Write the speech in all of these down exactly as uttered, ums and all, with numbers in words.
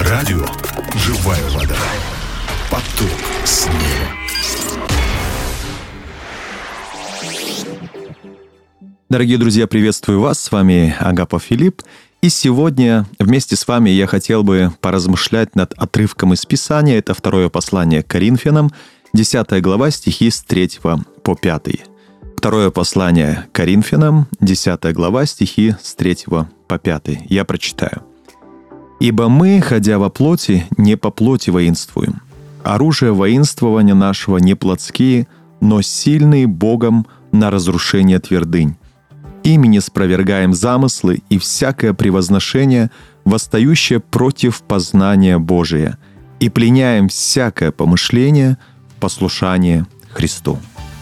Радио «Живая вода». Поток с неба. Дорогие друзья, приветствую вас. С вами Агапов Филипп. И сегодня вместе с вами я хотел бы поразмышлять над отрывком из Писания. Это второе послание к Коринфянам, десятая глава, стихи с третьего по пятый. Второе послание к Коринфянам, десятая глава, стихи с третьего по пятый. Я прочитаю. «Ибо мы, ходя во плоти, не по плоти воинствуем. Оружие воинствования нашего не плотские, но сильные Богом на разрушение твердынь. Ими не спровергаем замыслы и всякое превозношение, восстающее против познания Божия, и пленяем всякое помышление в послушание Христу».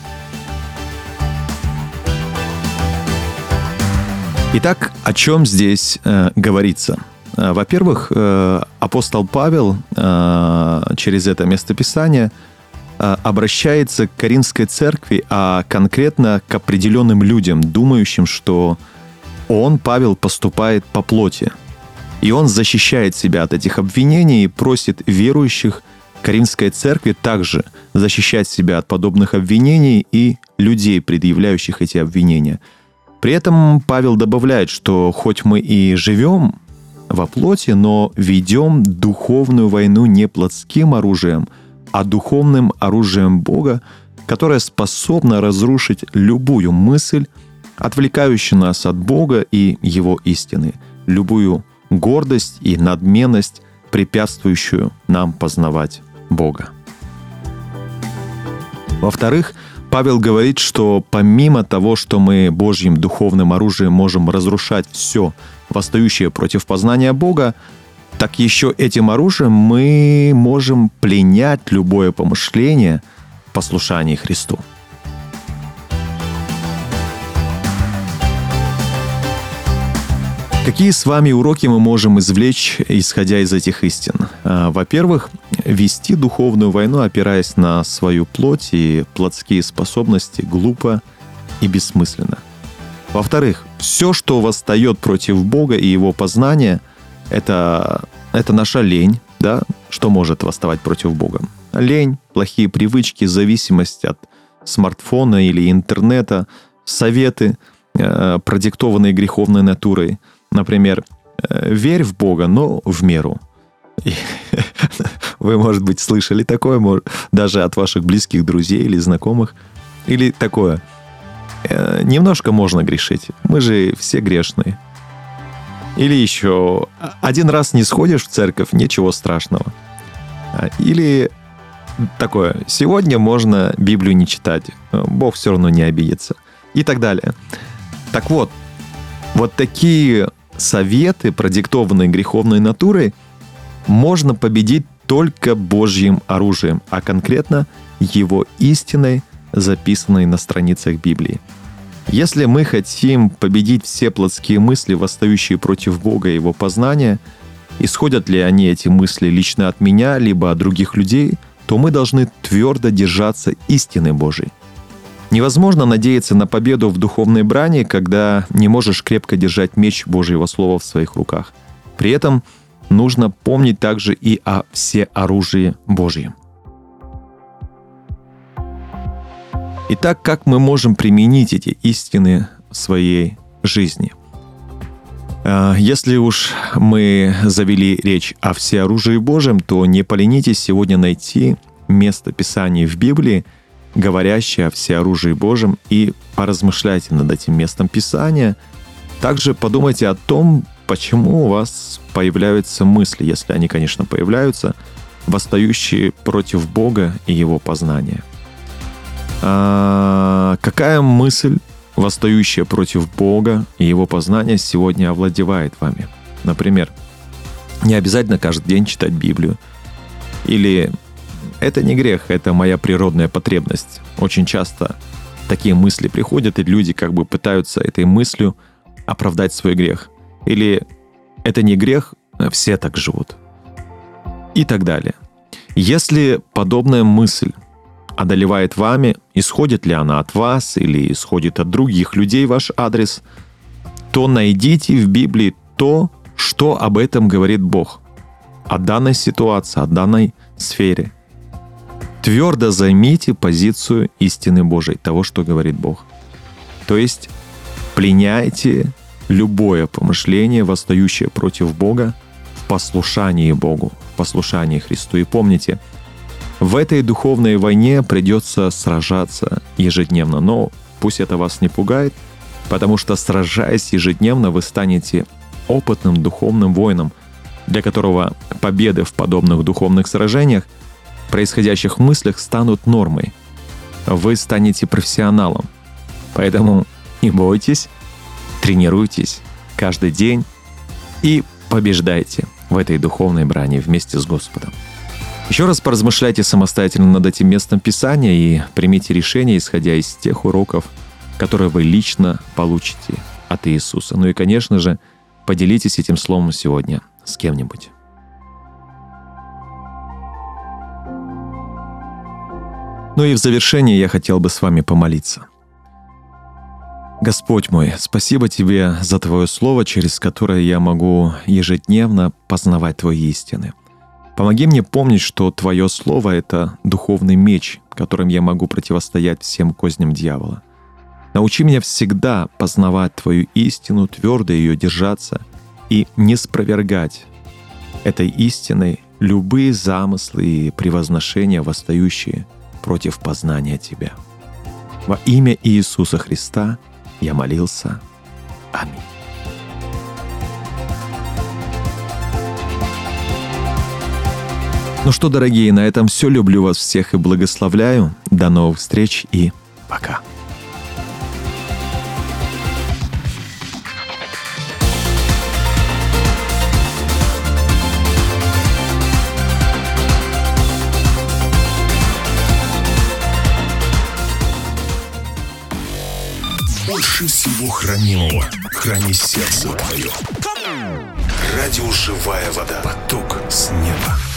Итак, о чем здесь э, говорится? Во-первых, э, апостол Павел э, через это местописание э, обращается к Коринфской церкви, а конкретно к определенным людям, думающим, что он, Павел, поступает по плоти. И он защищает себя от этих обвинений и просит верующих Коринфской церкви также защищать себя от подобных обвинений и людей, предъявляющих эти обвинения. При этом Павел добавляет, что хоть мы и живем во плоти, но ведем духовную войну не плотским оружием, а духовным оружием Бога, которое способно разрушить любую мысль, отвлекающую нас от Бога и Его истины, любую гордость и надменность, препятствующую нам познавать Бога. Во-вторых, Павел говорит, что помимо того, что мы Божьим духовным оружием можем разрушать все, восстающее против познания Бога, так еще этим оружием мы можем пленять любое помышление в послушании Христу. Какие с вами уроки мы можем извлечь, исходя из этих истин? Во-первых, вести духовную войну, опираясь на свою плоть и плотские способности, глупо и бессмысленно. Во-вторых, все, что восстает против Бога и Его познания, это, это наша лень, да? Что может восставать против Бога? Лень, плохие привычки, зависимость от смартфона или интернета, советы, э, продиктованные греховной натурой. Например, верь в Бога, но в меру. И вы, может быть, слышали такое, может, даже от ваших близких друзей или знакомых. Или такое. Немножко можно грешить. Мы же все грешные. Или еще один раз не сходишь в церковь, ничего страшного. Или такое. Сегодня можно Библию не читать. Бог все равно не обидится. И так далее. Так вот, вот такие советы, продиктованные греховной натурой, можно победить только Божьим оружием, а конкретно Его истиной, записанной на страницах Библии. Если мы хотим победить все плотские мысли, восстающие против Бога и Его познания, исходят ли они, эти мысли, лично от меня, либо от других людей, то мы должны твердо держаться истины Божией. Невозможно надеяться на победу в духовной брани, когда не можешь крепко держать меч Божьего Слова в своих руках. При этом нужно помнить также и о всеоружии Божьем. Итак, как мы можем применить эти истины в своей жизни? Если уж мы завели речь о всеоружии Божьем, то не поленитесь сегодня найти место Писания в Библии, говорящее о всеоружии Божьем, и поразмышляйте над этим местом Писания. Также подумайте о том, почему у вас появляются мысли, если они, конечно, появляются, восстающие против Бога и Его познания. А какая мысль, восстающая против Бога и Его познания, сегодня овладевает вами? Например, не обязательно каждый день читать Библию. Или это не грех, это моя природная потребность. Очень часто такие мысли приходят, и люди как бы пытаются этой мыслью оправдать свой грех. Или это не грех, все так живут. И так далее. Если подобная мысль одолевает вами, исходит ли она от вас или исходит от других людей ваш адрес, то найдите в Библии то, что об этом говорит Бог. о данной ситуации, о данной сфере. Твердо займите позицию истины Божией, того, что говорит Бог. То есть пленяйте любое помышление, восстающее против Бога, в послушании Богу, в послушании Христу. И помните, в этой духовной войне придется сражаться ежедневно. Но пусть это вас не пугает, потому что, сражаясь ежедневно, вы станете опытным духовным воином, для которого победы в подобных духовных сражениях, происходящих в мыслях, станут нормой. Вы станете профессионалом. Поэтому не бойтесь, тренируйтесь каждый день и побеждайте в этой духовной брани вместе с Господом. Еще раз поразмышляйте самостоятельно над этим местом Писания и примите решение, исходя из тех уроков, которые вы лично получите от Иисуса. Ну и, конечно же, поделитесь этим словом сегодня с кем-нибудь. Ну и в завершение я хотел бы с вами помолиться. Господь мой, спасибо Тебе за Твое Слово, через которое я могу ежедневно познавать Твои истины. Помоги мне помнить, что Твое Слово — это духовный меч, которым я могу противостоять всем козням дьявола. Научи меня всегда познавать Твою истину, твердо ее держаться и не спровергать этой истиной любые замыслы и превозношения, восстающие против познания Тебя. Во имя Иисуса Христа я молился. Аминь. Ну что, дорогие, на этом все. Люблю вас всех и благословляю. До новых встреч и пока. Больше всего хранимого храни сердце твое. Радио «Живая вода». Поток с неба.